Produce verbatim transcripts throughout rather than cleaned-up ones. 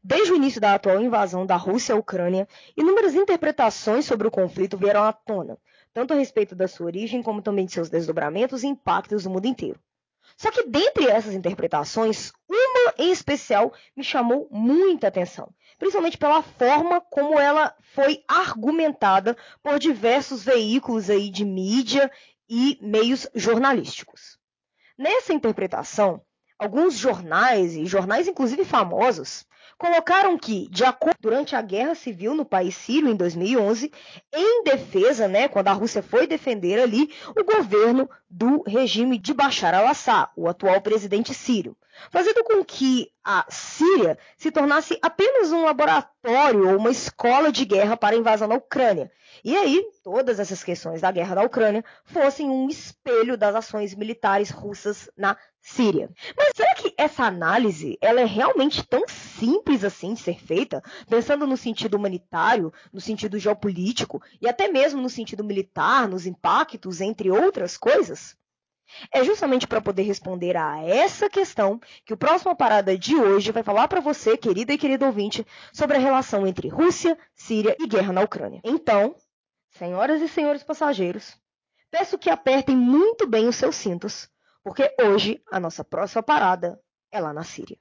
Desde o início da atual invasão da Rússia à Ucrânia, inúmeras interpretações sobre o conflito vieram à tona, tanto a respeito da sua origem como também de seus desdobramentos e impactos no mundo inteiro. Só que dentre essas interpretações, uma em especial me chamou muita atenção, principalmente pela forma como ela foi argumentada por diversos veículos aí de mídia e meios jornalísticos. Nessa interpretação, alguns jornais, e jornais inclusive famosos, colocaram que, de acordo durante a Guerra Civil no país sírio em dois mil e onze, em defesa, né, quando a Rússia foi defender ali o governo do regime de Bashar al-Assad, o atual presidente sírio, fazendo com que a Síria se tornasse apenas um laboratório ou uma escola de guerra para a invasão da Ucrânia. E aí, todas essas questões da guerra da Ucrânia fossem um espelho das ações militares russas na Síria. Mas será que essa análise ela é realmente tão simples assim de ser feita, pensando no sentido humanitário, no sentido geopolítico e até mesmo no sentido militar, nos impactos, entre outras coisas? É justamente para poder responder a essa questão que o próximo Parada de hoje vai falar para você, querida e querido ouvinte, sobre a relação entre Rússia, Síria e guerra na Ucrânia. Então, senhoras e senhores passageiros, peço que apertem muito bem os seus cintos, porque hoje a nossa próxima parada é lá na Síria.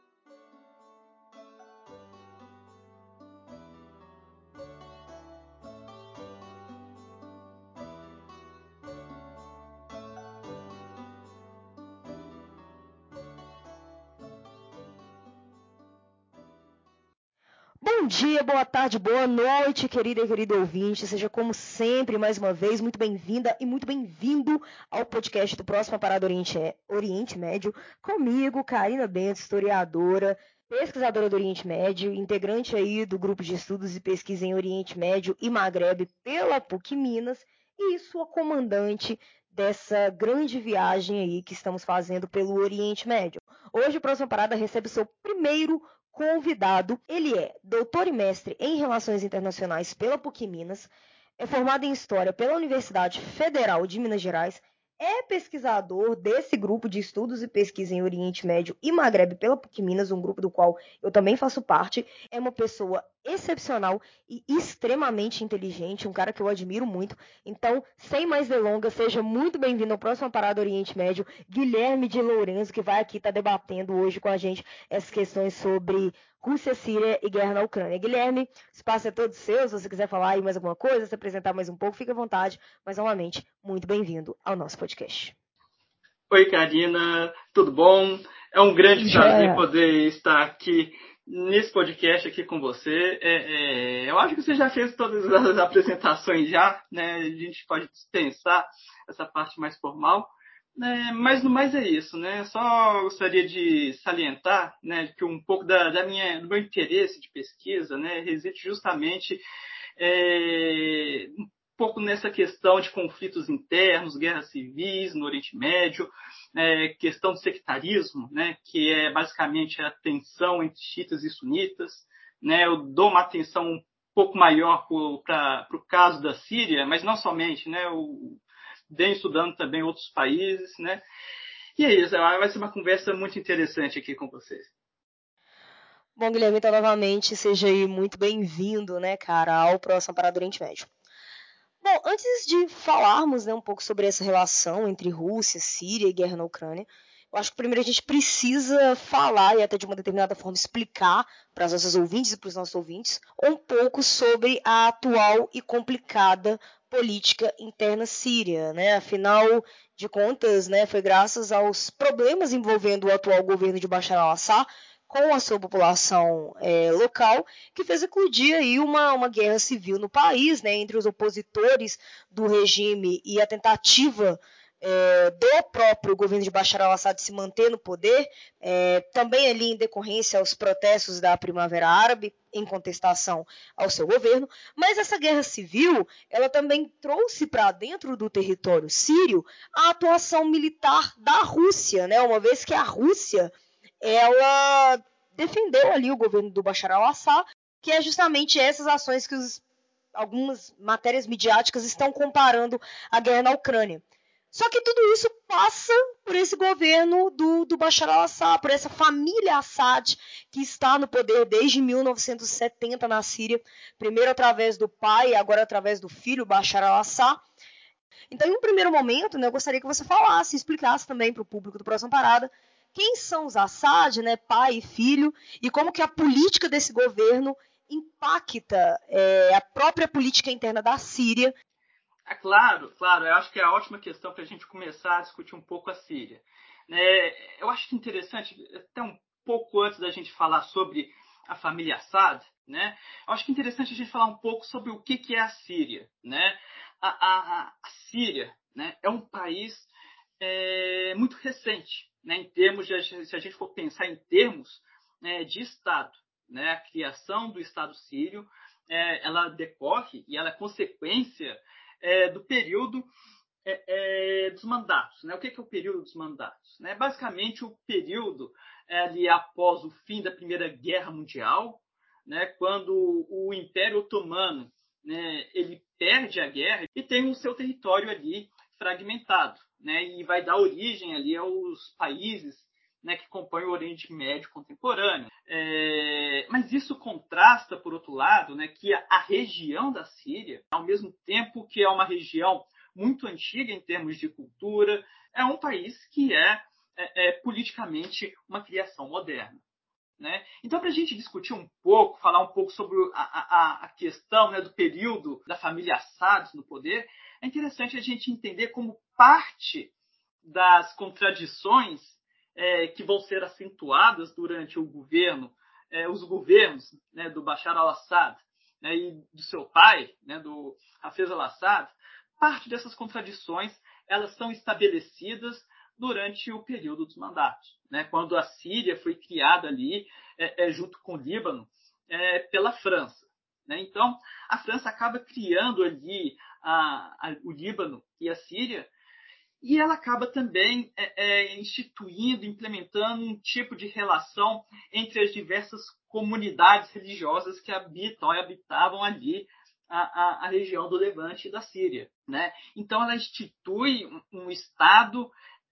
Bom dia, boa tarde, boa noite, querida e querido ouvinte. Seja como sempre, mais uma vez, muito bem-vinda e muito bem-vindo ao podcast do Próxima Parada Oriente, Oriente Médio, comigo, Karina Bento, historiadora, pesquisadora do Oriente Médio, integrante aí do grupo de estudos e pesquisa em Oriente Médio e Magrebe pela PUC Minas e sua comandante dessa grande viagem aí que estamos fazendo pelo Oriente Médio. Hoje, o Próxima Parada recebe o seu primeiro convidado. Ele é doutor e mestre em Relações Internacionais pela PUC Minas, é formado em História pela Universidade Federal de Minas Gerais, é pesquisador desse grupo de estudos e pesquisa em Oriente Médio e Magrebe pela PUC Minas, um grupo do qual eu também faço parte. É uma pessoa excepcional e extremamente inteligente, um cara que eu admiro muito. Então, sem mais delongas, seja muito bem-vindo ao próximo Parada Oriente Médio, Guilherme de Lourenço, que vai aqui estar tá debatendo hoje com a gente essas questões sobre Rússia, Síria e guerra na Ucrânia. Guilherme, o espaço é todo seu. Se você quiser falar aí mais alguma coisa, se apresentar mais um pouco, fique à vontade. Mas, novamente, muito bem-vindo ao nosso podcast. Oi, Karina. Tudo bom? É um grande Já. prazer poder estar aqui nesse podcast aqui com você. É, é, eu acho que você já fez todas as apresentações já, né? A gente pode dispensar essa parte mais formal. É, mas no mais é isso, né? Só gostaria de salientar, né, que um pouco da, da minha, do meu interesse de pesquisa, né, reside justamente é, um pouco nessa questão de conflitos internos, guerras civis no Oriente Médio, é, questão do sectarismo, né, que é basicamente a tensão entre xiitas e sunitas. Né? Eu dou uma atenção um pouco maior para o caso da Síria, mas não somente, né? O, Venho estudando também outros países, né? E é isso, vai ser uma conversa muito interessante aqui com vocês. Bom, Guilherme, então, novamente, seja aí muito bem-vindo, né, cara, ao próximo Parada Oriente Médio. Bom, antes de falarmos, né, um pouco sobre essa relação entre Rússia, Síria e guerra na Ucrânia, eu acho que primeiro a gente precisa falar e até de uma determinada forma explicar para as nossas ouvintes e para os nossos ouvintes um pouco sobre a atual e complicada política interna síria, né? Afinal de contas, né, foi graças aos problemas envolvendo o atual governo de Bashar al-Assad com a sua população é, local, que fez eclodir aí uma, uma guerra civil no país, né, entre os opositores do regime e a tentativa é, do próprio governo de Bashar al-Assad de se manter no poder, é, também ali em decorrência aos protestos da Primavera Árabe, em contestação ao seu governo, mas essa guerra civil, ela também trouxe para dentro do território sírio a atuação militar da Rússia, né, uma vez que a Rússia ela defendeu ali o governo do Bashar al-Assad, que é justamente essas ações que os, algumas matérias midiáticas estão comparando à guerra na Ucrânia. Só que tudo isso passa por esse governo do, do Bashar al-Assad, por essa família Assad que está no poder desde mil novecentos e setenta na Síria, primeiro através do pai e agora através do filho, Bashar al-Assad. Então, em um primeiro momento, né, eu gostaria que você falasse, explicasse também para o público do Próxima Parada quem são os Assad, né, pai e filho, e como que a política desse governo impacta é, a própria política interna da Síria. É claro, claro. Eu acho que é uma ótima questão para a gente começar a discutir um pouco a Síria. É, eu acho que interessante, até um pouco antes da gente falar sobre a família Assad, né? Eu acho que é interessante a gente falar um pouco sobre o que, que é a Síria, né? A, a, a Síria, né, é um país é, muito recente, né, em termos de, se a gente for pensar em termos é, de Estado, né? A criação do Estado sírio, é, ela decorre e ela é consequência é, do período é, é, dos mandatos. Né? O que é, que é o período dos mandatos? Né? Basicamente, o período é, ali após o fim da Primeira Guerra Mundial, né? Quando o Império Otomano, né, ele perde a guerra e tem o seu território ali fragmentado, né? E vai dar origem ali aos países, né, que compõem o Oriente Médio contemporâneo. É, mas isso contrasta, por outro lado, né, que a, a região da Síria, ao mesmo tempo que é uma região muito antiga em termos de cultura, é um país que é, é, é politicamente uma criação moderna. Né? Então, para a gente discutir um pouco, falar um pouco sobre a, a, a questão, né, do período da família Assad no poder, é interessante a gente entender como parte das contradições é, que vão ser acentuadas durante o governo, é, os governos, né, do Bashar al-Assad, né, e do seu pai, né, do Hafez al-Assad, parte dessas contradições elas são estabelecidas durante o período dos mandatos, né, quando a Síria foi criada ali, é, é, junto com o Líbano, é, pela França. Né? Então, a França acaba criando ali a, a, o Líbano e a Síria, e ela acaba também é, é, instituindo, implementando um tipo de relação entre as diversas comunidades religiosas que habitam e habitavam ali a, a, a região do Levante e da Síria. Né? Então, ela institui um, um Estado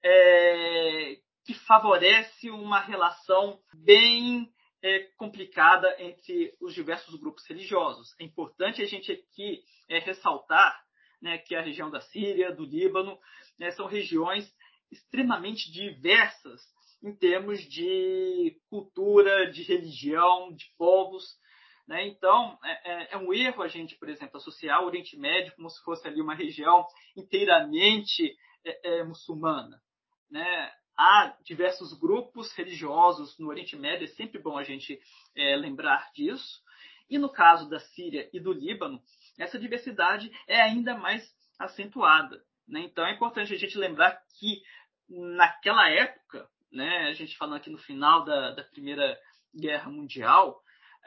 é, que favorece uma relação bem é, complicada entre os diversos grupos religiosos. É importante a gente aqui é, ressaltar, né, que a região da Síria, do Líbano, né, são regiões extremamente diversas em termos de cultura, de religião, de povos. Né? Então, é, é um erro a gente, por exemplo, associar o Oriente Médio como se fosse ali uma região inteiramente é, é, muçulmana. Né? Há diversos grupos religiosos no Oriente Médio, é sempre bom a gente é, lembrar disso. E no caso da Síria e do Líbano, essa diversidade é ainda mais acentuada. Né? Então é importante a gente lembrar que naquela época, né, a gente falando aqui no final da, da Primeira Guerra Mundial,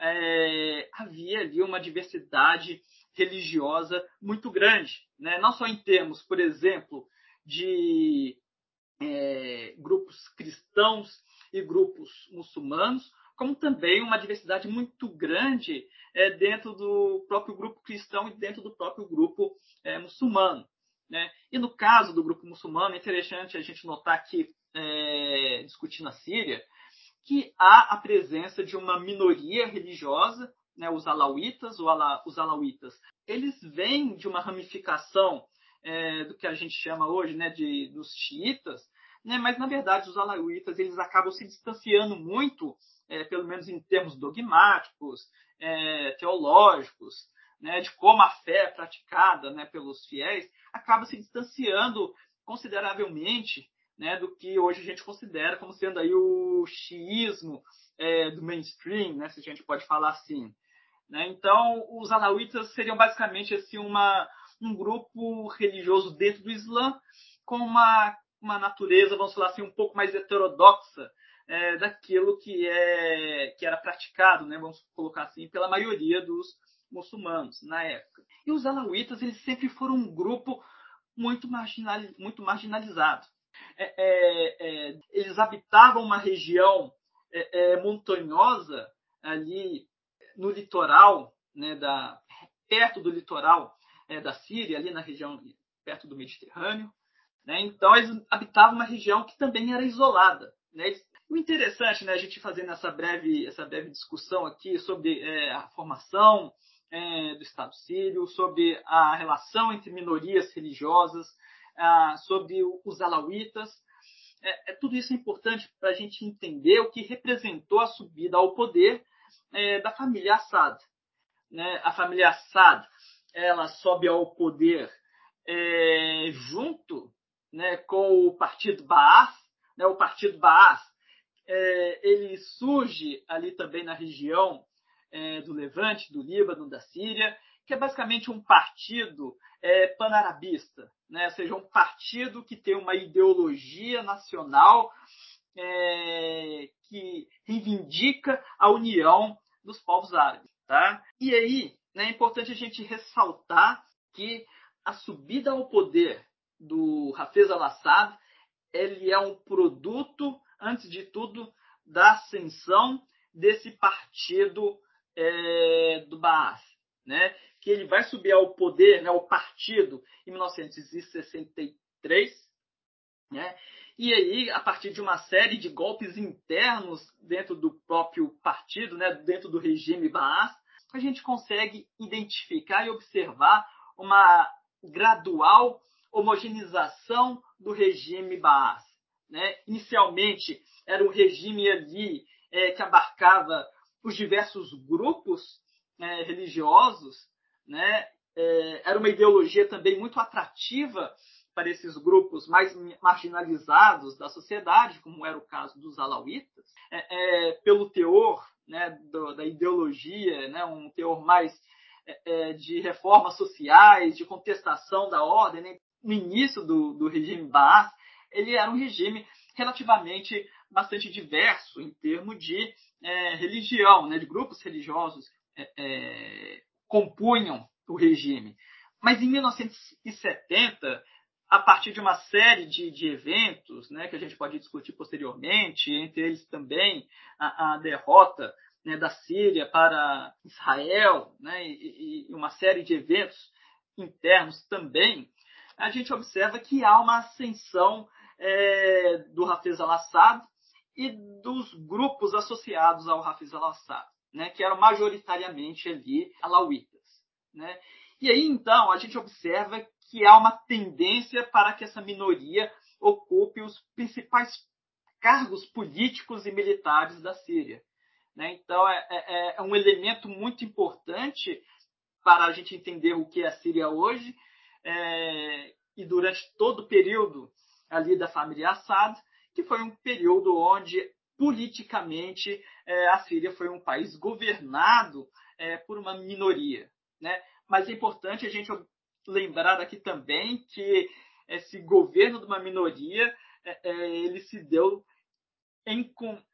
é, havia ali uma diversidade religiosa muito grande. Né? Não só em termos, por exemplo, de é, grupos cristãos e grupos muçulmanos, como também uma diversidade muito grande é, dentro do próprio grupo cristão e dentro do próprio grupo é, muçulmano. Né? E no caso do grupo muçulmano, é interessante a gente notar que, é, discutindo a Síria, que há a presença de uma minoria religiosa, né, os alauítas, ou ala, os alauítas, eles vêm de uma ramificação é, do que a gente chama hoje, né, de, dos xiitas, né, mas na verdade os alauítas eles acabam se distanciando muito, é, pelo menos em termos dogmáticos, é, teológicos, né, de como a fé é praticada, né, pelos fiéis, acaba se distanciando consideravelmente, né, do que hoje a gente considera como sendo aí o xiismo é, do mainstream, né, se a gente pode falar assim. Né? Então, os alauítas seriam basicamente assim, uma, um grupo religioso dentro do Islã com uma, uma natureza, vamos falar assim, um pouco mais heterodoxa é, daquilo que, é, que era praticado, né, vamos colocar assim, pela maioria dos muçulmanos na época. E os alauítas eles sempre foram um grupo muito, marginal, muito marginalizado. É, é, é, eles habitavam uma região é, é, montanhosa ali no litoral, né, da, perto do litoral é, da Síria, ali na região perto do Mediterrâneo. Né? Então, eles habitavam uma região que também era isolada. Né? O interessante, né, a gente fazendo essa breve, essa breve discussão aqui sobre é, a formação é, do Estado sírio, sobre a relação entre minorias religiosas, ah, sobre os alauítas. É, é, tudo isso é importante para a gente entender o que representou a subida ao poder é, da família Assad. Né? A família Assad, ela sobe ao poder é, junto, né, com o partido Baath. Né? O partido Baath é, ele surge ali também na região é, do Levante, do Líbano, da Síria, que é basicamente um partido é, panarabista, né? Ou seja, um partido que tem uma ideologia nacional é, que reivindica a união dos povos árabes. Tá? E aí, né, é importante a gente ressaltar que a subida ao poder do Hafez al-Assad ele é um produto, antes de tudo, da ascensão desse partido é, do Baath, né? Que ele vai subir ao poder, né, o partido, em mil novecentos e sessenta e três, né? E aí, a partir de uma série de golpes internos dentro do próprio partido, né, dentro do regime Baath, a gente consegue identificar e observar uma gradual homogeneização do regime Baath. Né? Inicialmente, era um regime ali é, que abarcava os diversos grupos é, religiosos, né? É, era uma ideologia também muito atrativa para esses grupos mais marginalizados da sociedade, como era o caso dos alauítas, é, é, pelo teor, né, do, da ideologia, né, um teor mais é, de reformas sociais, de contestação da ordem. Né? No início do, do regime Baath, ele era um regime relativamente bastante diverso em termos de é, religião, né, de grupos religiosos é, é, compunham o regime. Mas em mil novecentos e setenta, a partir de uma série de, de eventos, né, que a gente pode discutir posteriormente, entre eles também a, a derrota, né, da Síria para Israel, né, e, e uma série de eventos internos também, a gente observa que há uma ascensão é, do Hafez al-Assad e dos grupos associados ao Hafez al-Assad, né, que eram majoritariamente ali alauítas. Né? E aí, então, a gente observa que há uma tendência para que essa minoria ocupe os principais cargos políticos e militares da Síria. Né? Então, é, é, é um elemento muito importante para a gente entender o que é a Síria hoje, é, e durante todo o período ali da família Assad, que foi um período onde, politicamente, é, a Síria foi um país governado é, por uma minoria. Né? Mas é importante a gente lembrar aqui também que esse governo de uma minoria é, é, ele se deu em,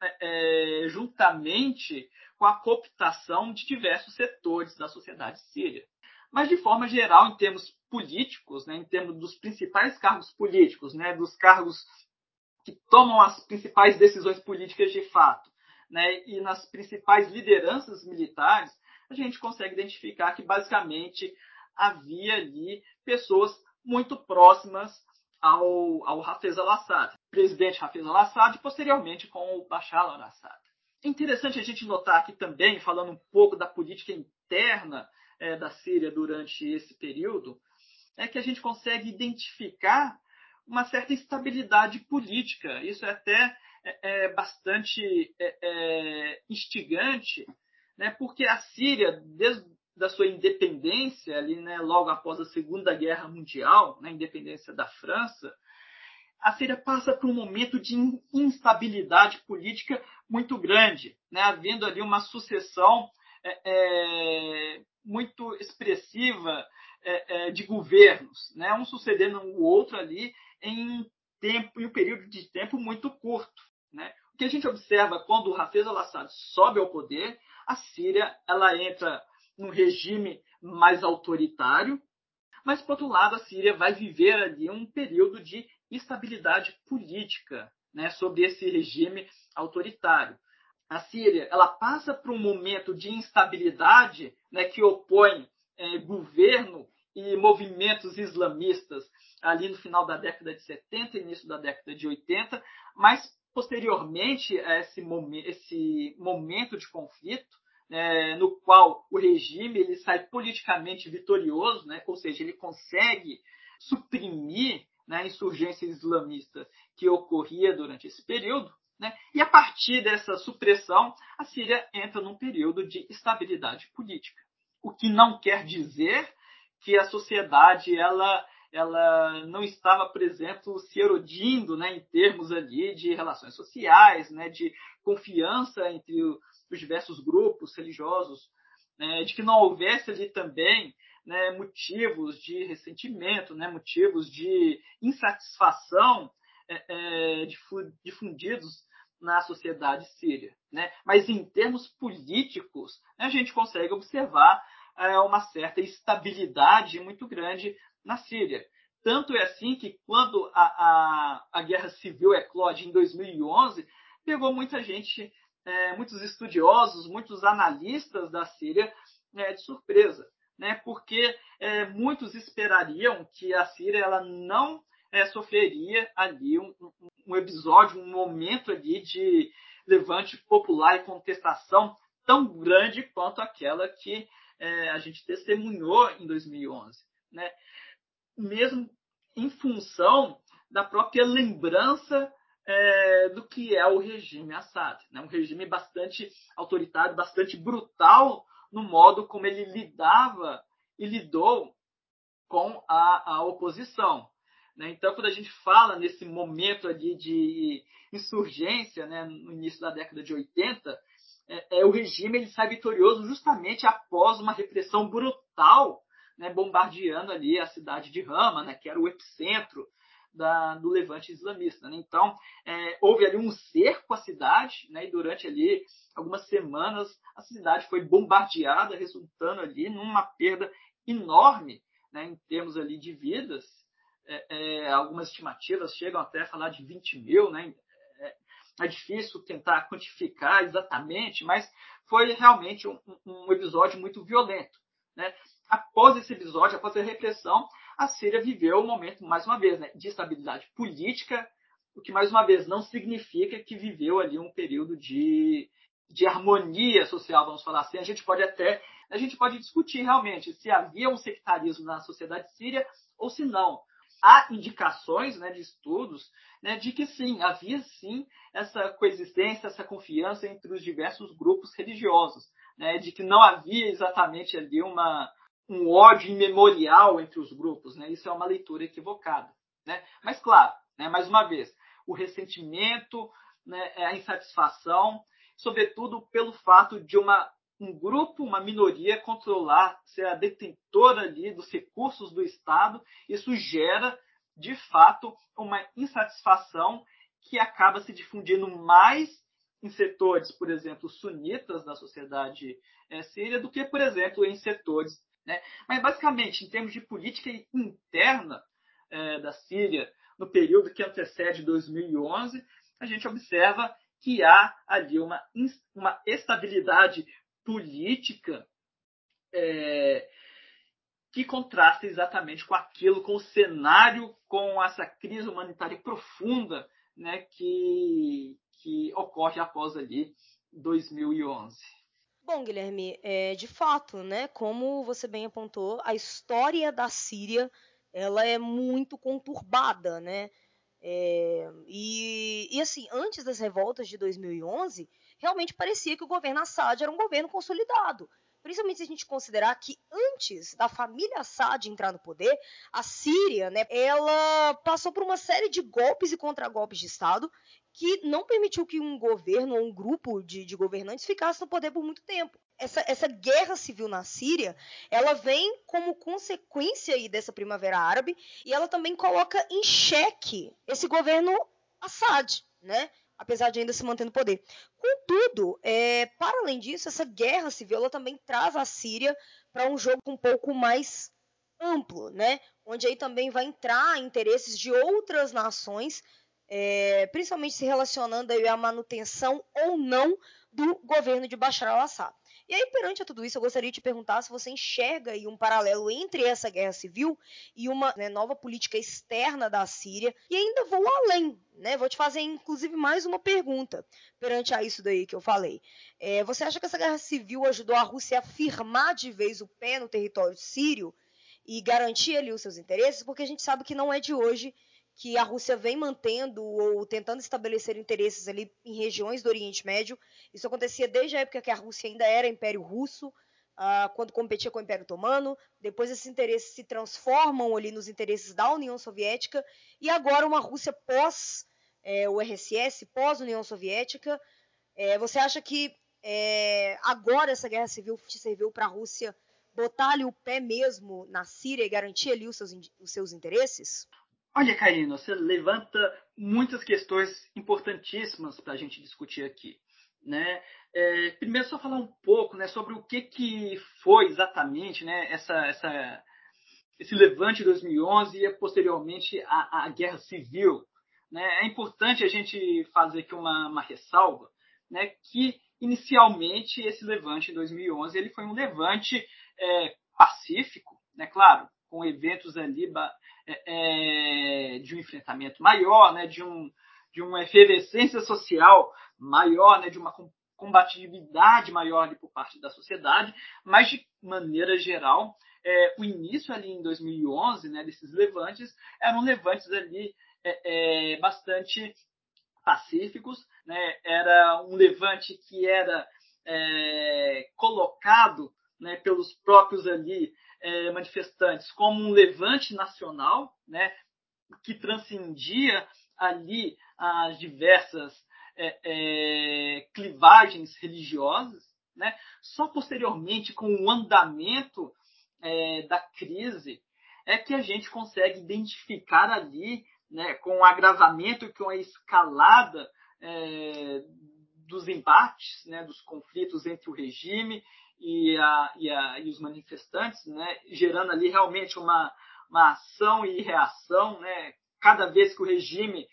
é, juntamente com a cooptação de diversos setores da sociedade síria. Mas, de forma geral, em termos políticos, né, em termos dos principais cargos políticos, né, dos cargos que tomam as principais decisões políticas de fato, né, e nas principais lideranças militares, a gente consegue identificar que, basicamente, havia ali pessoas muito próximas ao, ao Hafez al-Assad, presidente Hafez al-Assad, e posteriormente com o Bashar al-Assad. É interessante a gente notar aqui também, falando um pouco da política interna é, da Síria durante esse período, é que a gente consegue identificar uma certa instabilidade política. Isso é até é, é, bastante é, é, instigante, né, porque a Síria, desde da sua independência, ali, né, logo após a Segunda Guerra Mundial, né, a independência da França, a Síria passa por um momento de instabilidade política muito grande, né, havendo ali uma sucessão é, é, muito expressiva é, é, de governos, né, um sucedendo o outro ali em, tempo, em um período de tempo muito curto. Né. O que a gente observa quando o Hafez al-Assad sobe ao poder, a Síria ela entra num regime mais autoritário, mas, por outro lado, a Síria vai viver ali um período de estabilidade política, né, sobre esse regime autoritário. A Síria ela passa por um momento de instabilidade, né, que opõe é, governo e movimentos islamistas ali no final da década de setenta, início da década de oitenta, mas posteriormente a esse, momen- esse momento de conflito, né, no qual o regime ele sai politicamente vitorioso, né, ou seja, ele consegue suprimir, né, a insurgência islamista que ocorria durante esse período, né, e a partir dessa supressão, a Síria entra num período de estabilidade política. O que não quer dizer que a sociedade ela, ela não estava, por exemplo, se erodindo, né, em termos ali de relações sociais, né, de confiança entre os diversos grupos religiosos, né, de que não houvesse ali também, né, motivos de ressentimento, né, motivos de insatisfação é, é, difundidos na sociedade síria, né? Mas em termos políticos, a gente consegue observar é, uma certa estabilidade muito grande na Síria. Tanto é assim que quando a, a, a guerra civil eclode em dois mil e onze, pegou muita gente, é, muitos estudiosos, muitos analistas da Síria é, de surpresa, né? Porque é, muitos esperariam que a Síria ela não é, sofreria ali um, um episódio, um momento ali de levante popular e contestação tão grande quanto aquela que é, a gente testemunhou em dois mil e onze, né? Mesmo em função da própria lembrança é, do que é o regime Assad, né? Um regime bastante autoritário, bastante brutal no modo como ele lidava e lidou com a, a oposição. Né? Então, quando a gente fala nesse momento ali de insurgência, né, no início da década de oitenta, é, é, o regime ele sai vitorioso justamente após uma repressão brutal, né, bombardeando ali a cidade de Hama, né, que era o epicentro da, do levante islamista. Né? Então, é, houve ali um cerco à cidade, né, e durante ali algumas semanas a cidade foi bombardeada, resultando ali numa perda enorme, né, em termos ali de vidas. É, é, algumas estimativas chegam até a falar de vinte mil, né? É, é difícil tentar quantificar exatamente, mas foi realmente um, um episódio muito violento, né? Após esse episódio, após a repressão, a Síria viveu um momento, mais uma vez, né, de estabilidade política, o que, mais uma vez, não significa que viveu ali um período de, de harmonia social, vamos falar assim. A gente pode até a gente pode discutir realmente se havia um sectarismo na sociedade síria ou se não. Há indicações, né, de estudos, né, de que sim, havia sim essa coexistência, essa confiança entre os diversos grupos religiosos, né, de que não havia exatamente ali uma, um ódio imemorial entre os grupos. Né, isso é uma leitura equivocada. Né? Mas, claro, né, mais uma vez, o ressentimento, né, a insatisfação, sobretudo pelo fato de uma um grupo, uma minoria, controlar, ser a detentora ali dos recursos do Estado, isso gera, de fato, uma insatisfação que acaba se difundindo mais em setores, por exemplo, sunitas da sociedade é, síria do que, por exemplo, em setores. Né? Mas, basicamente, em termos de política interna é, da Síria, no período que antecede dois mil e onze, a gente observa que há ali uma, uma estabilidade política é, que contrasta exatamente com aquilo, com o cenário, com essa crise humanitária profunda, né, que, que ocorre após ali dois mil e onze. Bom, Guilherme, é, de fato, né, como você bem apontou, a história da Síria ela é muito conturbada, né? É, e, e assim, antes das revoltas de dois mil e onze, realmente parecia que o governo Assad era um governo consolidado. Principalmente se a gente considerar que antes da família Assad entrar no poder, a Síria, né, ela passou por uma série de golpes e contragolpes de Estado que não permitiu que um governo ou um grupo de, de governantes ficasse no poder por muito tempo. Essa, essa guerra civil na Síria, ela vem como consequência aí dessa Primavera Árabe e ela também coloca em xeque esse governo Assad, né? Apesar de ainda se manter no poder. Contudo, é, para além disso, essa guerra civil ela também traz a Síria para um jogo um pouco mais amplo, né? Onde aí também vai entrar interesses de outras nações, é, principalmente se relacionando aí à manutenção ou não do governo de Bashar al-Assad. E aí, perante a tudo isso, eu gostaria de te perguntar se você enxerga aí um paralelo entre essa guerra civil e uma, né, nova política externa da Síria. E ainda vou além, né? Vou te fazer, inclusive, mais uma pergunta perante a isso daí que eu falei. É, você acha que essa guerra civil ajudou a Rússia a firmar de vez o pé no território sírio e garantir ali os seus interesses? Porque a gente sabe que não é de hoje que a Rússia vem mantendo ou tentando estabelecer interesses ali em regiões do Oriente Médio. Isso acontecia desde a época que a Rússia ainda era Império Russo, uh, quando competia com o Império Otomano. Depois esses interesses se transformam ali nos interesses da União Soviética. E agora uma Rússia pós é, o R S S, pós União Soviética. É, você acha que é, agora essa guerra civil te serviu para a Rússia botar ali o pé mesmo na Síria e garantir ali os seus, os seus interesses? Olha, Karina, você levanta muitas questões importantíssimas para a gente discutir aqui. Né? É, primeiro, só falar um pouco, né, sobre o que, que foi exatamente, né, essa, essa, esse levante de dois mil e onze e posteriormente a, a Guerra Civil. Né? É importante a gente fazer aqui uma, uma ressalva, né, que inicialmente esse levante em dois mil e onze ele foi um levante é, pacífico, né, claro, com eventos ali é, de um enfrentamento maior, né, de, um, de uma efervescência social maior, né, de uma combatividade maior ali por parte da sociedade, mas de maneira geral, é, o início ali em dois mil e onze, né, desses levantes, eram levantes ali é, é, bastante pacíficos, né, era um levante que era é, colocado, né, pelos próprios ali é, manifestantes como um levante nacional, né, que transcendia ali as diversas é, é, clivagens religiosas, né? Só posteriormente, com o andamento é, da crise, é que a gente consegue identificar ali, né, com o agravamento e com a escalada é, dos embates, né, dos conflitos entre o regime e, a, e, a, e os manifestantes, né, gerando ali realmente uma, uma ação e reação, né, cada vez que o regime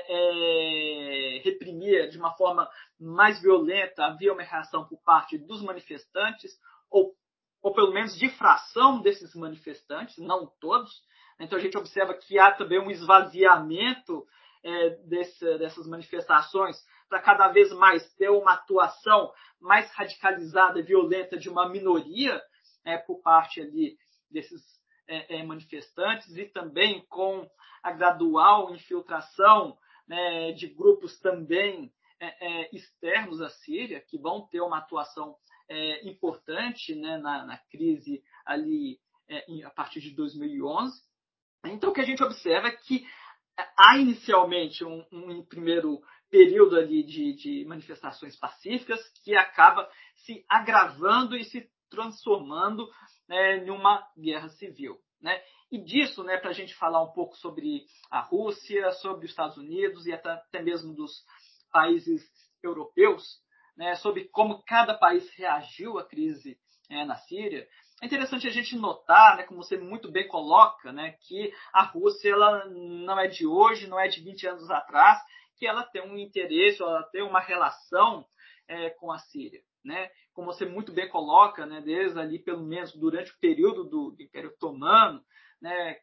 é, é, reprimia de uma forma mais violenta, havia uma reação por parte dos manifestantes, ou, ou pelo menos de fração desses manifestantes, não todos. Então a gente observa que há também um esvaziamento é, desse, dessas manifestações para cada vez mais ter uma atuação mais radicalizada e violenta de uma minoria é, por parte ali desses é, é, manifestantes e também com a gradual infiltração, né, de grupos também é, é, externos à Síria, que vão ter uma atuação é, importante, né, na, na crise ali é, a partir de dois mil e onze. Então, o que a gente observa é que há inicialmente um, um primeiro período ali de, de manifestações pacíficas que acaba se agravando e se transformando, né, em uma guerra civil. Né? E disso, né, para a gente falar um pouco sobre a Rússia, sobre os Estados Unidos e até, até mesmo dos países europeus, né, sobre como cada país reagiu à crise é, na Síria, é interessante a gente notar, né, como você muito bem coloca, né, que a Rússia ela não é de hoje, não é de vinte anos atrás, que ela tem um interesse, ela tem uma relação é, com a Síria. Né? Como você muito bem coloca, né, desde ali, pelo menos durante o período do, do Império Otomano, né,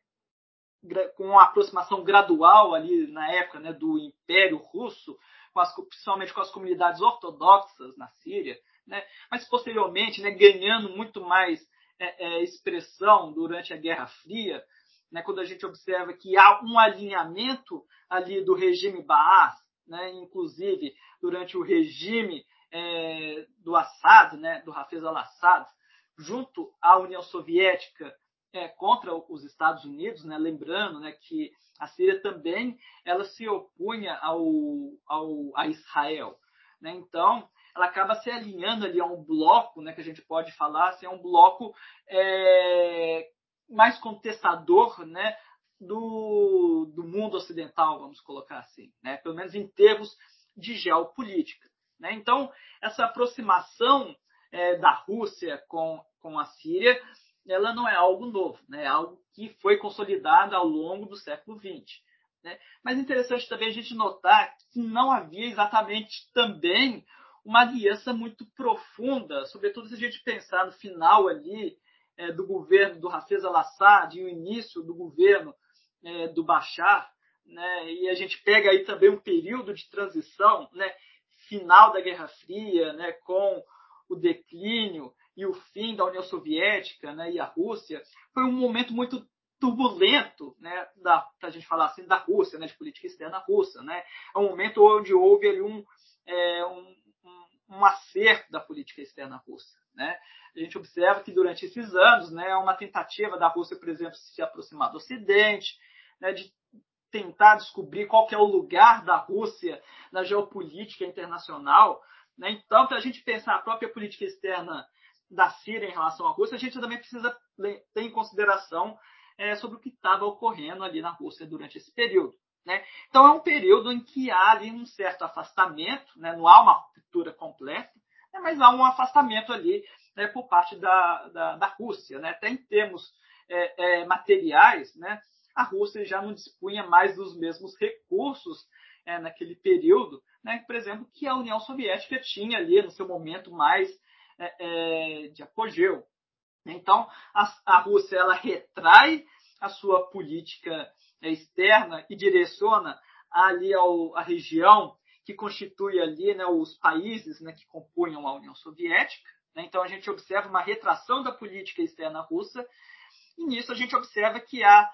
com a aproximação gradual ali na época, né, do Império Russo, com as, principalmente com as comunidades ortodoxas na Síria, né, mas posteriormente, né, ganhando muito mais é, é, expressão durante a Guerra Fria, né, quando a gente observa que há um alinhamento ali do regime Baas, né, inclusive durante o regime é, do Assad, né, do Hafez al-Assad, junto à União Soviética, é, contra os Estados Unidos, né, lembrando, né, que a Síria também ela se opunha ao, ao, a Israel. Né, então, ela acaba se alinhando ali a um bloco, né, que a gente pode falar, assim, a um bloco é, mais contestador, né, do, do mundo ocidental, vamos colocar assim, né, pelo menos em termos de geopolítica. Né? Então, essa aproximação é, da Rússia com, com a Síria, ela não é algo novo, né? É algo que foi consolidado ao longo do século vinte. Né? Mas é interessante também a gente notar que não havia exatamente também uma aliança muito profunda, sobretudo se a gente pensar no final ali é, do governo do Hafez al-Assad e o início do governo é, do Bashar, né? E a gente pega aí também um período de transição, né? Final da Guerra Fria, né? Com o declínio e o fim da União Soviética, né? E a Rússia, foi um momento muito turbulento, né? Da, pra gente falar assim, da Rússia, né? De política externa russa, né? É um momento onde houve ali um, é, um, um, um acerto da política externa russa, né? A gente observa que durante esses anos, né? Uma tentativa da Rússia, por exemplo, se aproximar do Ocidente, né? De tentar descobrir qual que é o lugar da Rússia na geopolítica internacional, né? Então, para a gente pensar a própria política externa da Síria em relação à Rússia, a gente também precisa ter em consideração é, sobre o que estava ocorrendo ali na Rússia durante esse período, né? Então, é um período em que há ali um certo afastamento, né? Não há uma ruptura completa, né? Mas há um afastamento ali, né? Por parte da, da, da Rússia, né? Até em termos é, é, materiais, né? A Rússia já não dispunha mais dos mesmos recursos é, naquele período, né, por exemplo, que a União Soviética tinha ali no seu momento mais é, é, de apogeu. Então, a, a Rússia ela retrai a sua política é, externa e direciona ali ao, a região que constitui ali, né, os países, né, que compunham a União Soviética. Né? Então, a gente observa uma retração da política externa russa e nisso a gente observa que há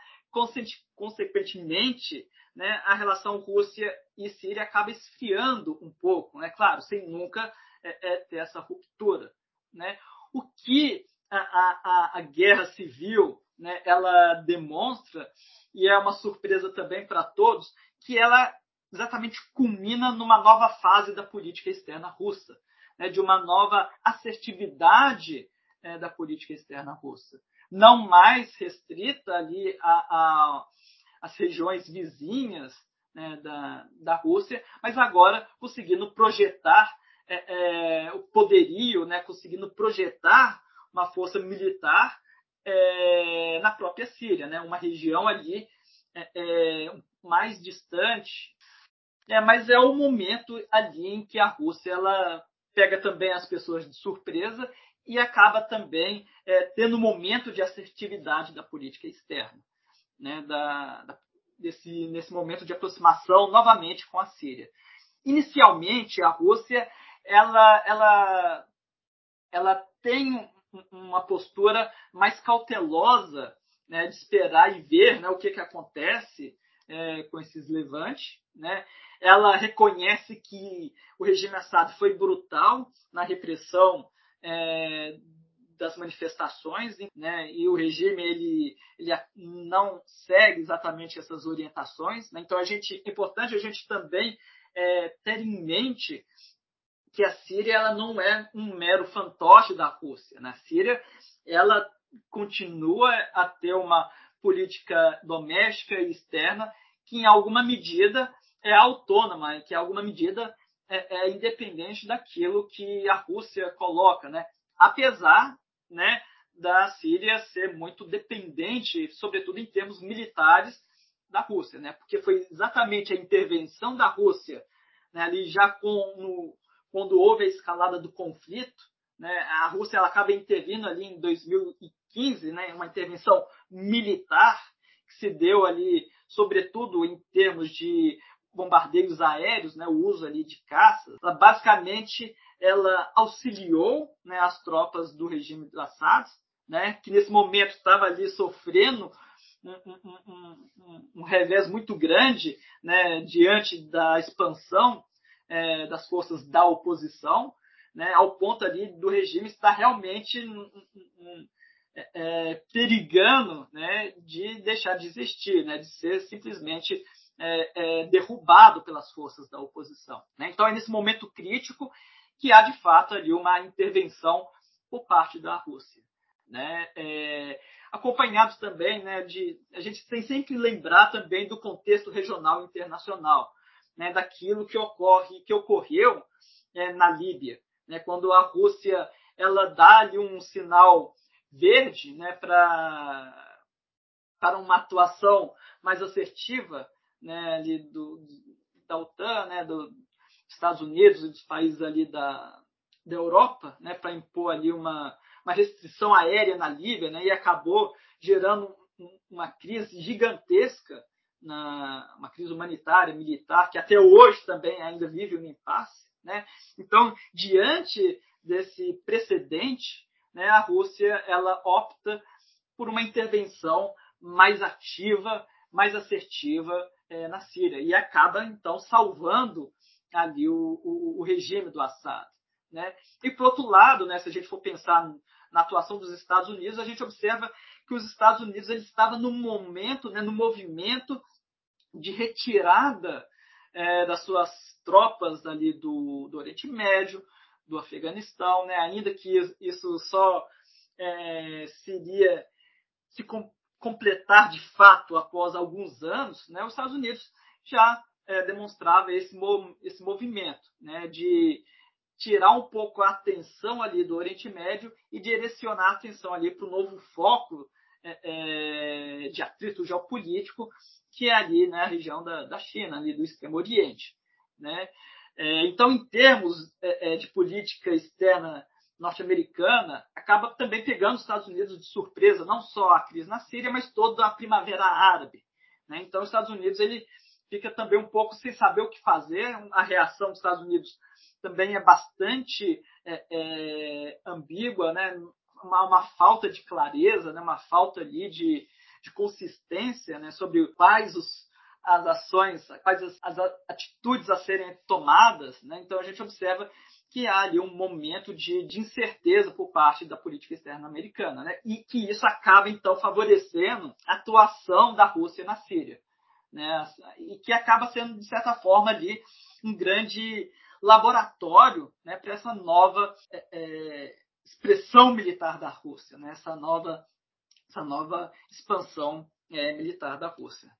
consequentemente, né, a relação Rússia e Síria acaba esfriando um pouco, né? Claro, sem nunca é, é, ter essa ruptura, né? O que a, a, a guerra civil, né, ela demonstra, e é uma surpresa também para todos, que ela exatamente culmina numa nova fase da política externa russa, né, de uma nova assertividade é, da política externa russa. Não mais restrita ali a, a, as regiões vizinhas, né, da, da Rússia, mas agora conseguindo projetar é, é, o poderio, né, conseguindo projetar uma força militar é, na própria Síria, né, uma região ali é, é, mais distante. É, mas é o momento ali em que a Rússia ela pega também as pessoas de surpresa e acaba também é, tendo um momento de assertividade da política externa, né, da, da, desse, nesse momento de aproximação novamente com a Síria. Inicialmente, a Rússia ela, ela, ela tem uma postura mais cautelosa, né, de esperar e ver, né, o que, que acontece é, com esses levantes, né? Ela reconhece que o regime Assad foi brutal na repressão é, das manifestações, né? E o regime ele, ele não segue exatamente essas orientações, né? Então a gente, é importante a gente também é, ter em mente que a Síria ela não é um mero fantoche da Rússia. Na Síria ela continua a ter uma política doméstica e externa que em alguma medida é autônoma, que em alguma medida é, é independente daquilo que a Rússia coloca, né? Apesar, né, da Síria ser muito dependente, sobretudo em termos militares, da Rússia, né? Porque foi exatamente a intervenção da Rússia, né, ali já com, no, quando houve a escalada do conflito, né, a Rússia ela acaba intervindo ali em dois mil e quinze, né, uma intervenção militar que se deu ali, sobretudo em termos de bombardeios aéreos, né, o uso ali de caças. Ela, basicamente, ela auxiliou, né, as tropas do regime do Assad, né, que nesse momento estava ali sofrendo um, um, um, um revés muito grande, né, diante da expansão é, das forças da oposição, né, ao ponto ali do regime estar realmente um, um, é, perigando, né, de deixar de existir, né, de ser simplesmente é, é, derrubado pelas forças da oposição. Né? Então é nesse momento crítico que há de fato ali uma intervenção por parte da Rússia. Né? É, acompanhado também, né, de a gente tem sempre que lembrar também do contexto regional e internacional, né, daquilo que ocorre, que ocorreu é, na Líbia, né, quando a Rússia ela dá ali um sinal verde, né, para para uma atuação mais assertiva, né, ali do, da OTAN, né, do, Estados Unidos e dos países ali da, da Europa, né, para impor ali uma, uma restrição aérea na Líbia, né, e acabou gerando uma crise gigantesca, na, uma crise humanitária, militar, que até hoje também ainda vive um impasse. Né? Então, diante desse precedente, né, a Rússia ela opta por uma intervenção mais ativa, mais assertiva é, na Síria e acaba, então, salvando ali o, o, o regime do Assad. Né? E, por outro lado, né, se a gente for pensar na atuação dos Estados Unidos, a gente observa que os Estados Unidos ele estava no momento, né, no movimento de retirada é, das suas tropas ali do, do Oriente Médio, do Afeganistão, né? Ainda que isso só é, seria se com, completar de fato após alguns anos, né? Os Estados Unidos já é, demonstrava esse, esse movimento, né? De tirar um pouco a atenção ali do Oriente Médio e direcionar a atenção ali para o novo foco é, é, de atrito geopolítico, que é ali na, né, região da, da China, ali do Extremo Oriente. Né? É, então, em termos é, de política externa norte-americana, acaba também pegando os Estados Unidos de surpresa, não só a crise na Síria, mas toda a Primavera Árabe. Né? Então, os Estados Unidos ele fica também um pouco sem saber o que fazer. A reação dos Estados Unidos também é bastante é, é, ambígua, né? uma, uma falta de clareza, né? Uma falta ali de, de consistência, né? Sobre quais os, as ações, quais as, as atitudes a serem tomadas. Né? Então, a gente observa que há ali um momento de, de incerteza por parte da política externa americana, né? E que isso acaba, então, favorecendo a atuação da Rússia na Síria. Né? E que acaba sendo, de certa forma, ali um grande laboratório, né, para essa nova é, é, expressão militar da Rússia, né, essa, nova, essa nova expansão é, militar da Rússia.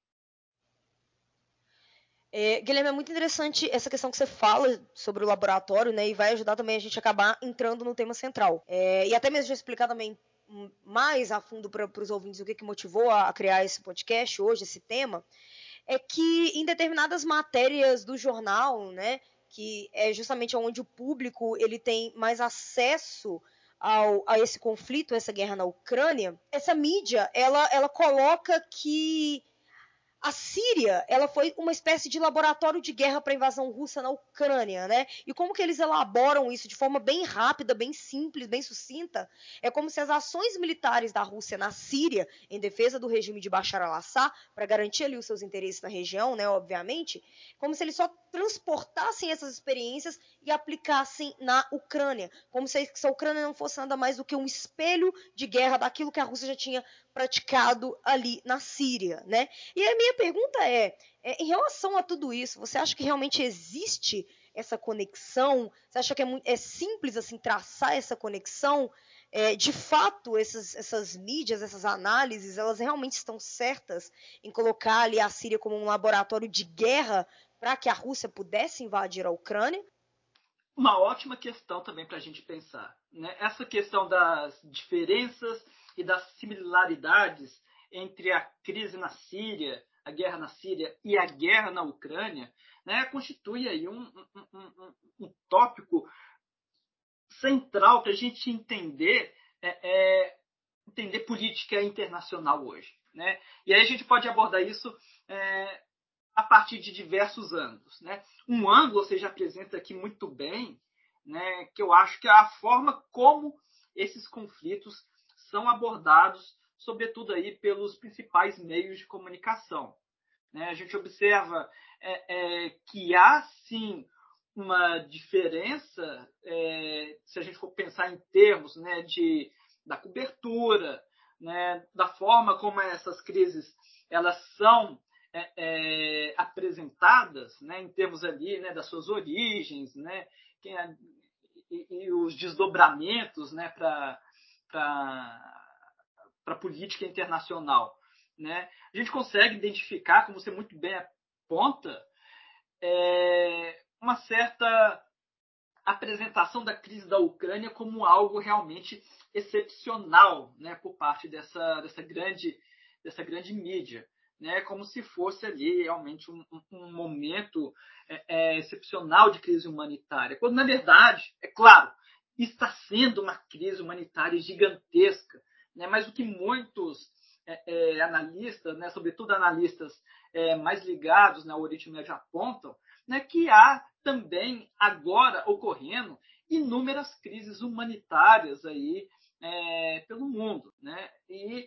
É, Guilherme, é muito interessante essa questão que você fala sobre o laboratório, né, e vai ajudar também a gente a acabar entrando no tema central. É, e até mesmo já explicar também mais a fundo para os ouvintes o que, que motivou a criar esse podcast hoje, esse tema, é que em determinadas matérias do jornal, né, que é justamente onde o público ele tem mais acesso ao, a esse conflito, essa guerra na Ucrânia, essa mídia, ela, ela coloca que a Síria, ela foi uma espécie de laboratório de guerra para a invasão russa na Ucrânia, né? E como que eles elaboram isso de forma bem rápida, bem simples, bem sucinta? É como se as ações militares da Rússia na Síria, em defesa do regime de Bashar al-Assad, para garantir ali os seus interesses na região, né, obviamente, como se eles só transportassem essas experiências e aplicassem na Ucrânia, como se a Ucrânia não fosse nada mais do que um espelho de guerra daquilo que a Rússia já tinha praticado ali na Síria, né? E a minha pergunta é, é, em relação a tudo isso, você acha que realmente existe essa conexão? Você acha que é, muito, é simples assim traçar essa conexão? É, de fato, essas, essas mídias, essas análises, elas realmente estão certas em colocar ali a Síria como um laboratório de guerra para que a Rússia pudesse invadir a Ucrânia? Uma ótima questão também para a gente pensar. Né? Essa questão das diferenças e das similaridades entre a crise na Síria, a guerra na Síria e a guerra na Ucrânia, né, constitui aí um, um, um, um tópico central para a gente entender, é, é, entender política internacional hoje. Né? E aí a gente pode abordar isso é, a partir de diversos ângulos. Né? Um ângulo você já apresenta aqui muito bem, né, que eu acho que é a forma como esses conflitos são abordados, sobretudo aí pelos principais meios de comunicação. Né? A gente observa é, é, que há, sim, uma diferença, é, se a gente for pensar em termos, né, de, da cobertura, né, da forma como essas crises elas são é, é, apresentadas, né, em termos ali, né, das suas origens, né, que é, e, e os desdobramentos, né, para a política internacional. Né? A gente consegue identificar, como você muito bem aponta, é, uma certa apresentação da crise da Ucrânia como algo realmente excepcional, né, por parte dessa, dessa, grande, dessa grande mídia. né, como se fosse ali realmente um, um momento é, é, excepcional de crise humanitária, quando, na verdade, é claro, está sendo uma crise humanitária gigantesca, né, mas o que muitos é, é, analistas, né, sobretudo analistas é, mais ligados na Oriente Médio apontam, né, que há também agora ocorrendo inúmeras crises humanitárias aí, é, pelo mundo, né, e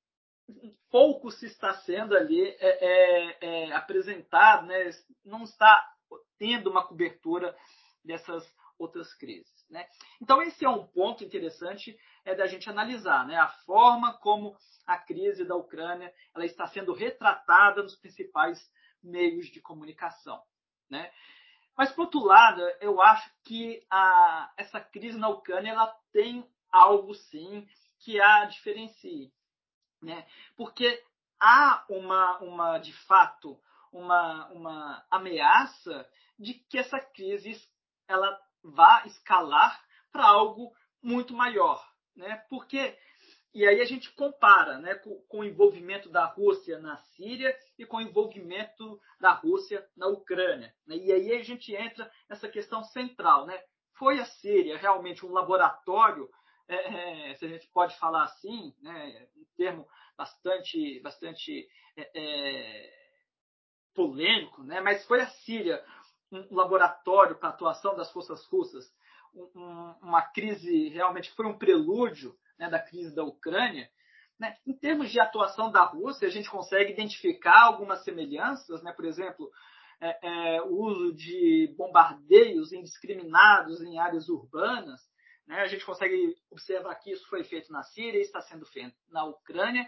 pouco se está sendo ali é, é, é, apresentado, né? Não está tendo uma cobertura dessas outras crises, né? Então esse é um ponto interessante é da gente analisar, né? A forma como a crise da Ucrânia ela está sendo retratada nos principais meios de comunicação, né? Mas por outro lado, eu acho que a, essa crise na Ucrânia ela tem algo sim que a diferencia. Né? Porque há uma, uma de fato, uma, uma ameaça de que essa crise ela vá escalar para algo muito maior. Né? Porque, e aí a gente compara, né, com, com o envolvimento da Rússia na Síria e com o envolvimento da Rússia na Ucrânia. Né? E aí a gente entra nessa questão central. Né? Foi a Síria realmente um laboratório, é, é, se a gente pode falar assim, né, um termo bastante, bastante é, é, polêmico, né? Mas foi a Síria um laboratório para a atuação das forças russas, um, uma crise realmente que foi um prelúdio, né, da crise da Ucrânia. Né? Em termos de atuação da Rússia, a gente consegue identificar algumas semelhanças, né? Por exemplo, é, é, o uso de bombardeios indiscriminados em áreas urbanas. Né? A gente consegue observar que isso foi feito na Síria e está sendo feito na Ucrânia,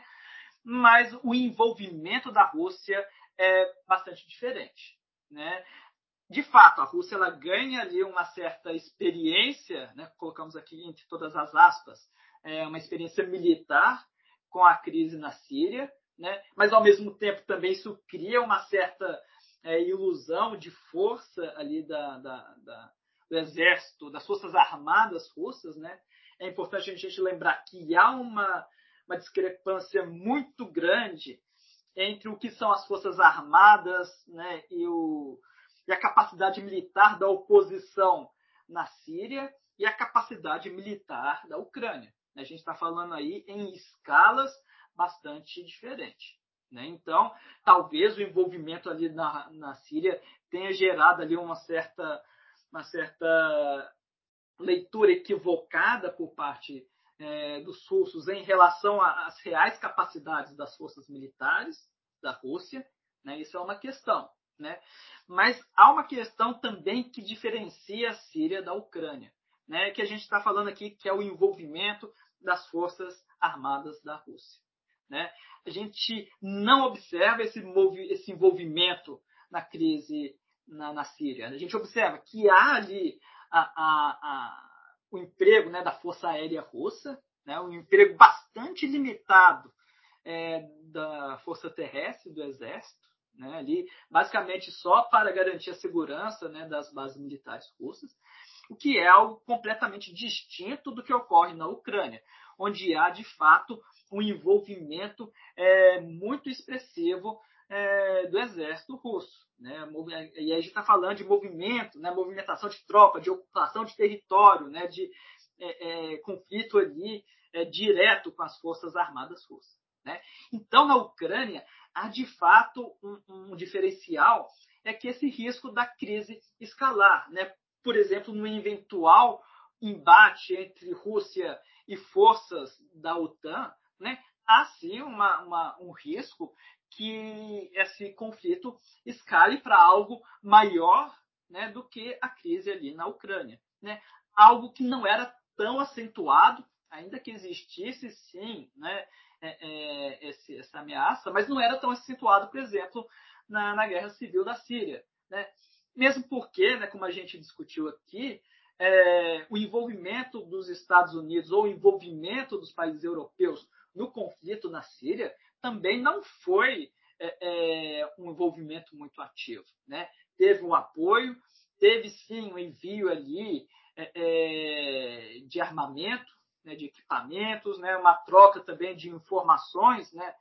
mas o envolvimento da Rússia é bastante diferente. Né? De fato, a Rússia ela ganha ali uma certa experiência, né? Colocamos aqui entre todas as aspas, é, uma experiência militar com a crise na Síria, né? Mas ao mesmo tempo também isso cria uma certa é, ilusão de força ali da, da, da, do exército, das forças armadas russas. Né? É importante a gente lembrar que há uma, uma discrepância muito grande entre o que são as forças armadas, né, e, o, e a capacidade militar da oposição na Síria e a capacidade militar da Ucrânia. A gente está falando aí em escalas bastante diferentes. Né? Então, talvez o envolvimento ali na, na Síria tenha gerado ali uma certa, uma certa leitura equivocada por parte é, dos russos em relação às reais capacidades das forças militares da Rússia. Né? Isso é uma questão. Né? Mas há uma questão também que diferencia a Síria da Ucrânia, né? Que a gente está falando aqui, que é o envolvimento das forças armadas da Rússia. Né? A gente não observa esse, esse envolvimento na crise na, na Síria. A gente observa que há ali a, a, a, o emprego, né, da Força Aérea Russa, né, um emprego bastante limitado é, da Força Terrestre, do Exército, né, ali, basicamente só para garantir a segurança, né, das bases militares russas, o que é algo completamente distinto do que ocorre na Ucrânia, onde há, de fato, um envolvimento é, muito expressivo é, do exército russo. Né? E aí a gente está falando de movimento, né? Movimentação de tropa, de ocupação de território, né? De é, é, conflito ali é, direto com as forças armadas russas. Né? Então, na Ucrânia, há de fato um, um diferencial, é que esse risco da crise escalar. Né? Por exemplo, no eventual embate entre Rússia e forças da OTAN, né? Há sim uma, uma, um risco que esse conflito escale para algo maior, né, do que a crise ali na Ucrânia. Né? Algo que não era tão acentuado, ainda que existisse, sim, né, é, é, esse, essa ameaça, mas não era tão acentuado, por exemplo, na, na Guerra Civil da Síria. Né? Mesmo porque, né, como a gente discutiu aqui, é, o envolvimento dos Estados Unidos ou o envolvimento dos países europeus no conflito na Síria também não foi é, é, um envolvimento muito ativo. Né? Teve um apoio, teve sim um envio ali é, é, de armamento, né, de equipamentos, né, uma troca também de informações, né,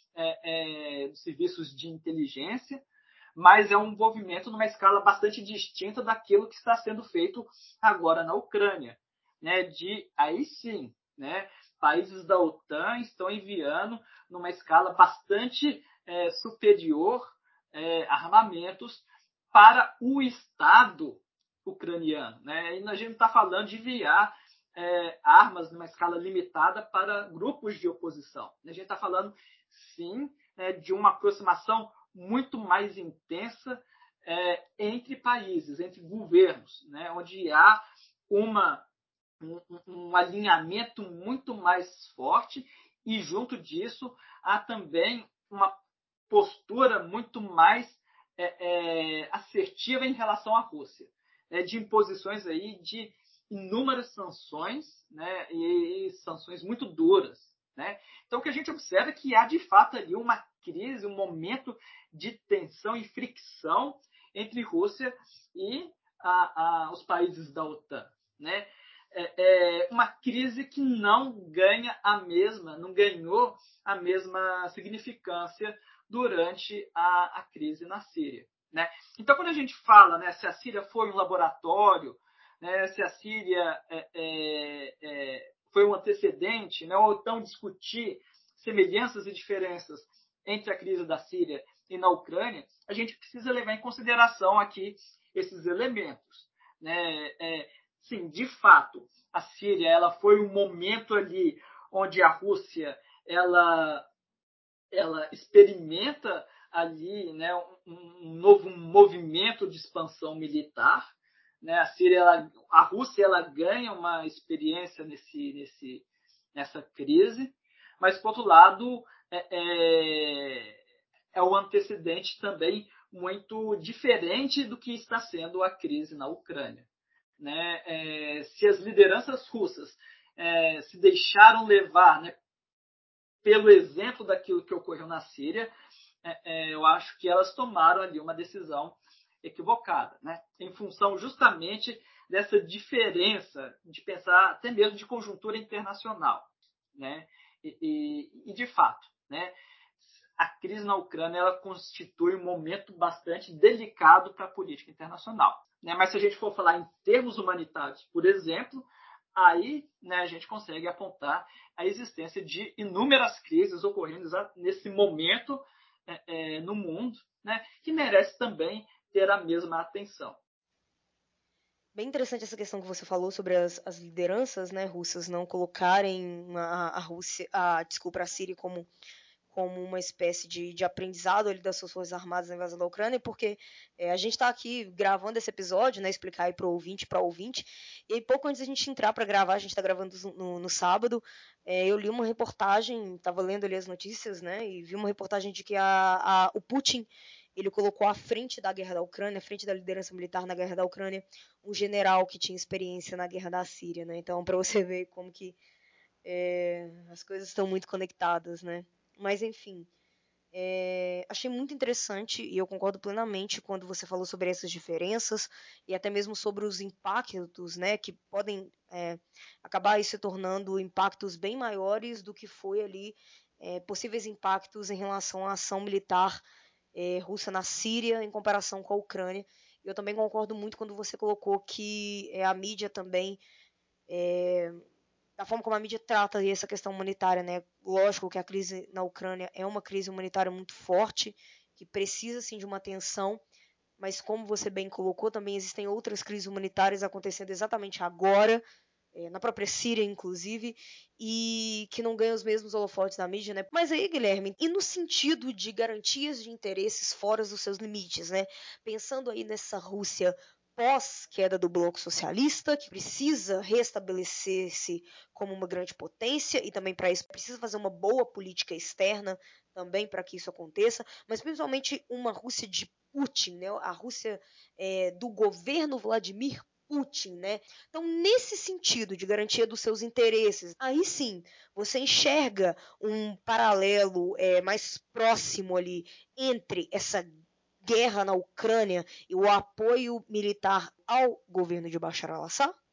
é, é, dos serviços de inteligência, mas é um envolvimento numa escala bastante distinta daquilo que está sendo feito agora na Ucrânia, né? De aí sim, né? Países da OTAN estão enviando numa escala bastante é, superior é, armamentos para o Estado ucraniano, né? E a gente não está falando de enviar é, armas numa escala limitada para grupos de oposição. A gente está falando, sim, é, de uma aproximação muito mais intensa é, entre países, entre governos, né? Onde há uma, um, um alinhamento muito mais forte e, junto disso, há também uma postura muito mais é, é, assertiva em relação à Rússia, né? De imposições aí de inúmeras sanções, né? E, e sanções muito duras, né? Então, o que a gente observa é que há, de fato, ali uma crise, um momento de tensão e fricção entre Rússia e a, a, os países da OTAN, né? É, é uma crise que não ganha a mesma, não ganhou a mesma significância durante a, a crise na Síria, né? Então, quando a gente fala, né, se a Síria foi um laboratório, né, se a Síria é, é, é, foi um antecedente, né, ou então discutir semelhanças e diferenças entre a crise da Síria e na Ucrânia, a gente precisa levar em consideração aqui esses elementos, né? É, sim, de fato, a Síria ela foi um momento ali onde a Rússia ela, ela experimenta ali, né, um, um novo movimento de expansão militar, né? A Síria, ela, a Rússia ela ganha uma experiência nesse, nesse, nessa crise, mas, por outro lado, é, é, é um antecedente também muito diferente do que está sendo a crise na Ucrânia, né? É, se as lideranças russas é, se deixaram levar, né, pelo exemplo daquilo que ocorreu na Síria, é, é, eu acho que elas tomaram ali uma decisão equivocada, né? Em função justamente dessa diferença de pensar até mesmo de conjuntura internacional, né? E, e, e de fato, né, a crise na Ucrânia ela constitui um momento bastante delicado para a política internacional, né? Mas se a gente for falar em termos humanitários, por exemplo, aí, né, a gente consegue apontar a existência de inúmeras crises ocorrendo nesse momento é, é, no mundo, né, que merece também ter a mesma atenção. Bem interessante essa questão que você falou sobre as, as lideranças, né, russas não colocarem a, a Rússia, a, desculpa, a Síria como, como uma espécie de, de aprendizado ali das suas forças armadas na invasão da Ucrânia, porque é, a gente está aqui gravando esse episódio, né, explicar aí para o ouvinte, para ouvinte, e aí pouco antes da gente entrar para gravar, a gente está gravando no, no sábado, é, eu li uma reportagem, estava lendo ali as notícias, né, e vi uma reportagem de que a, a, o Putin ele colocou à frente da guerra da Ucrânia, à frente da liderança militar na guerra da Ucrânia, um general que tinha experiência na guerra da Síria, né? Então, para você ver como que é, as coisas estão muito conectadas, né? Mas, enfim, é, achei muito interessante e eu concordo plenamente quando você falou sobre essas diferenças e até mesmo sobre os impactos, né? Que podem é, acabar se tornando impactos bem maiores do que foi ali é, possíveis impactos em relação à ação militar É, russa na Síria em comparação com a Ucrânia. Eu também concordo muito quando você colocou que é, a mídia também, é, da forma como a mídia trata essa questão humanitária, né? Lógico que a crise na Ucrânia é uma crise humanitária muito forte, que precisa sim de uma atenção, mas como você bem colocou, também existem outras crises humanitárias acontecendo exatamente agora, é, na própria Síria, inclusive, e que não ganham os mesmos holofotes da mídia, né? Mas aí, Guilherme, e no sentido de garantias de interesses fora dos seus limites, né? Pensando aí nessa Rússia pós-queda do bloco socialista, que precisa restabelecer-se como uma grande potência e também para isso precisa fazer uma boa política externa também para que isso aconteça, mas principalmente uma Rússia de Putin, né? A Rússia é, do governo Vladimir Putin, né? Então, nesse sentido de garantia dos seus interesses, aí sim, você enxerga um paralelo é, mais próximo ali entre essa guerra na Ucrânia e o apoio militar ao governo de Bashar al-Assad?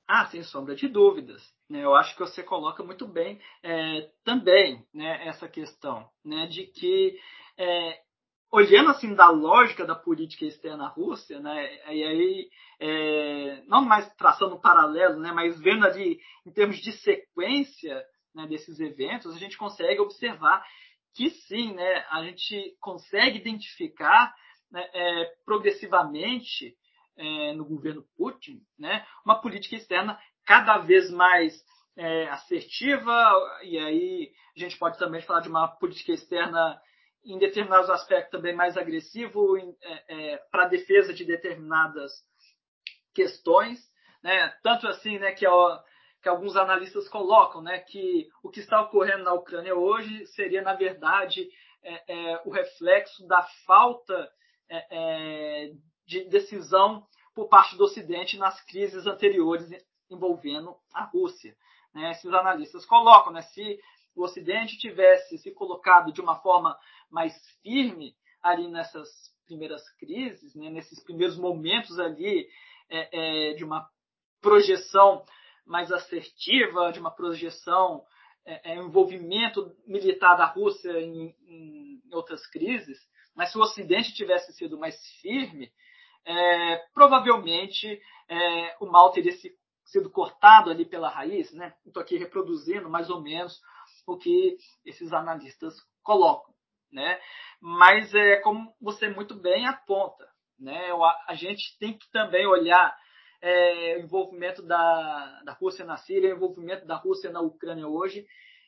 Ah, sem sombra de dúvidas. Né? Eu acho que você coloca muito bem é, também, né, essa questão, né, de que, é, olhando assim da lógica da política externa Rússia, né, e aí é, não mais traçando um paralelo, né, mas vendo ali em termos de sequência, né, desses eventos, a gente consegue observar que sim, né, a gente consegue identificar, né, é, progressivamente é, no governo Putin, né, uma política externa cada vez mais é, assertiva, e aí a gente pode também falar de uma política externa em determinados aspectos também mais agressivo é, é, para a defesa de determinadas questões, né, tanto assim, né, que, ó, que alguns analistas colocam, né, que o que está ocorrendo na Ucrânia hoje seria, na verdade, é, é, o reflexo da falta é, é, de decisão por parte do Ocidente nas crises anteriores envolvendo a Rússia. Né? Esses analistas colocam, né, se o Ocidente tivesse se colocado de uma forma mais firme ali nessas primeiras crises, né, nesses primeiros momentos ali é, é, de uma projeção mais assertiva, de uma projeção, é, é, envolvimento militar da Rússia em, em outras crises, mas se o Ocidente tivesse sido mais firme, é, provavelmente é, o mal teria se, sido cortado ali pela raiz, né? Estou aqui reproduzindo mais ou menos o que esses analistas colocam, né? Mas é como você muito bem aponta, né? A gente tem que também olhar é, o envolvimento da, da Rússia na Síria, o envolvimento da Rússia na Ucrânia hoje,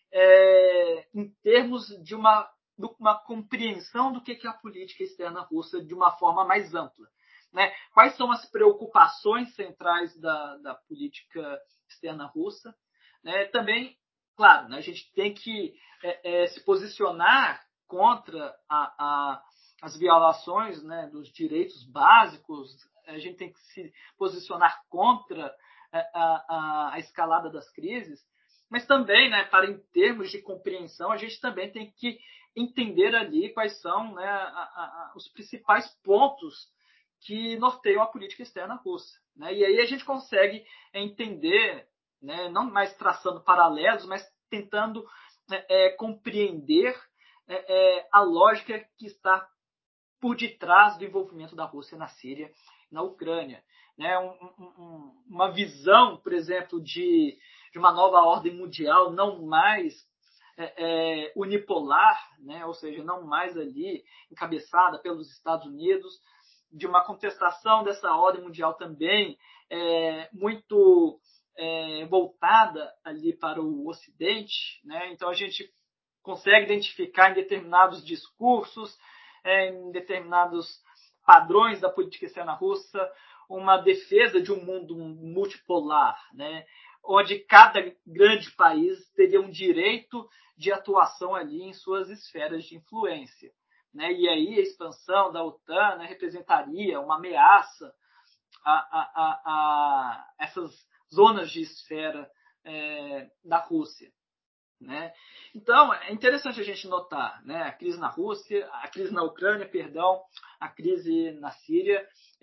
é, em termos de uma, de uma compreensão do que é a política externa russa de uma forma mais ampla. Né? Quais são as preocupações centrais da, da política externa russa? Né? Também, claro, né, a gente tem que é, é, se posicionar contra a, a, as violações, né, dos direitos básicos, a gente tem que se posicionar contra a, a, a escalada das crises, mas também, né, para em termos de compreensão, a gente também tem que entender ali quais são, né, a, a, os principais pontos que norteiam a política externa russa. Né? E aí a gente consegue entender, né, não mais traçando paralelos, mas tentando é, é, compreender é, é, a lógica que está por detrás do envolvimento da Rússia na Síria e na Ucrânia. Né? Um, um, uma visão, por exemplo, de, de uma nova ordem mundial não mais é, é, unipolar, né? Ou seja, não mais ali encabeçada pelos Estados Unidos, de uma contestação dessa ordem mundial também é, muito é, voltada ali para o Ocidente. Né? Então a gente consegue identificar em determinados discursos, é, em determinados padrões da política externa russa, uma defesa de um mundo multipolar, né? Onde cada grande país teria um direito de atuação ali em suas esferas de influência. Né? E aí a expansão da OTAN, né, representaria uma ameaça a, a, a, a essas zonas de esfera é, da Rússia. Né? Então, é interessante a gente notar, né, a crise na Rússia, a crise na Ucrânia, perdão, a crise na Síria,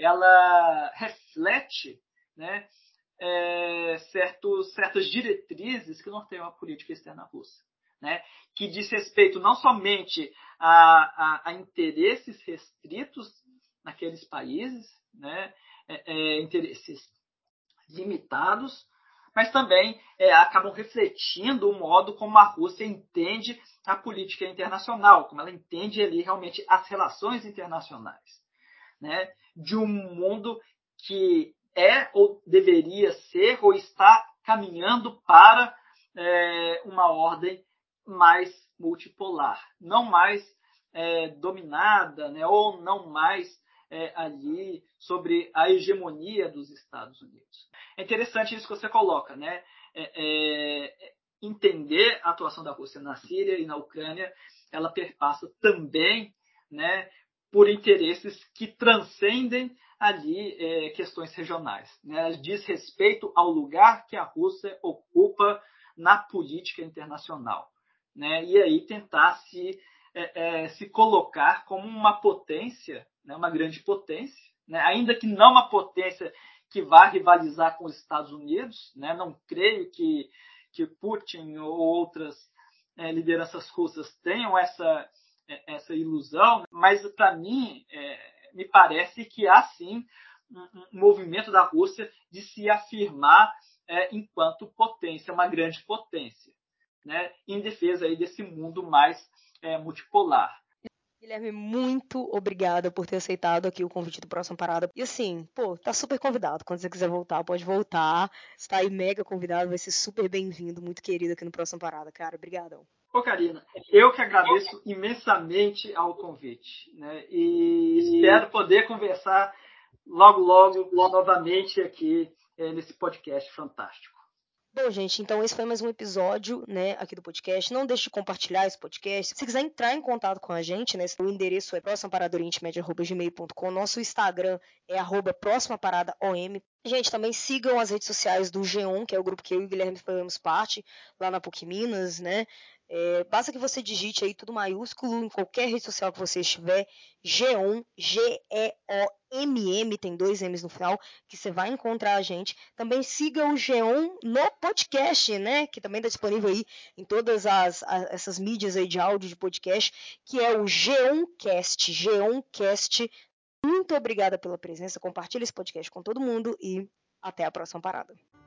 ela reflete, né, é, certos, certas diretrizes que norteiam a política externa russa. Né, que diz respeito não somente a, a, a interesses restritos naqueles países, né, é, é, interesses limitados, mas também é, acabam refletindo o modo como a Rússia entende a política internacional, como ela entende ali realmente as relações internacionais. Né, de um mundo que é ou deveria ser ou está caminhando para é, uma ordem mais multipolar, não mais é, dominada, né, ou não mais é, ali sobre a hegemonia dos Estados Unidos. É interessante isso que você coloca, né? É, é, entender a atuação da Rússia na Síria e na Ucrânia, ela perpassa também, né, por interesses que transcendem ali é, questões regionais. Né? Ela diz respeito ao lugar que a Rússia ocupa na política internacional. Né? E aí tentar se, é, é, se colocar como uma potência, né? Uma grande potência, né? Ainda que não uma potência que vá rivalizar com os Estados Unidos, né? Não creio que, que Putin ou outras é, lideranças russas tenham essa, essa ilusão, mas para mim é, me parece que há sim um, um movimento da Rússia de se afirmar é, enquanto potência, uma grande potência, né? Em defesa aí desse mundo mais é, multipolar. Guilherme, muito obrigada por ter aceitado aqui o convite do Próxima Parada. E assim, pô, tá super convidado. Quando você quiser voltar, pode voltar. Você tá aí mega convidado, vai ser super bem-vindo, muito querido aqui no Próxima Parada, cara. Obrigadão. Pô, Karina, eu que agradeço imensamente ao convite, né? E espero poder conversar logo, logo, novamente aqui é, nesse podcast fantástico. Bom, gente, então esse foi mais um episódio, né, aqui do podcast. Não deixe de compartilhar esse podcast. Se quiser entrar em contato com a gente, né, o endereço é próxima parada oriente médio arroba gmail ponto com. Nosso Instagram é arroba próxima parada O M. Gente, também sigam as redes sociais do G um, que é o grupo que eu e o Guilherme fazemos parte, lá na PUC Minas, né? É, basta que você digite aí tudo maiúsculo em qualquer rede social que você estiver, G um, G E O M M, tem dois M's no final, que você vai encontrar a gente. Também siga o G um no podcast, né? Que também está disponível aí em todas as, as, essas mídias aí de áudio de podcast, que é o G um Cast, G um Cast. Muito obrigada pela presença, compartilhe esse podcast com todo mundo e até a próxima parada.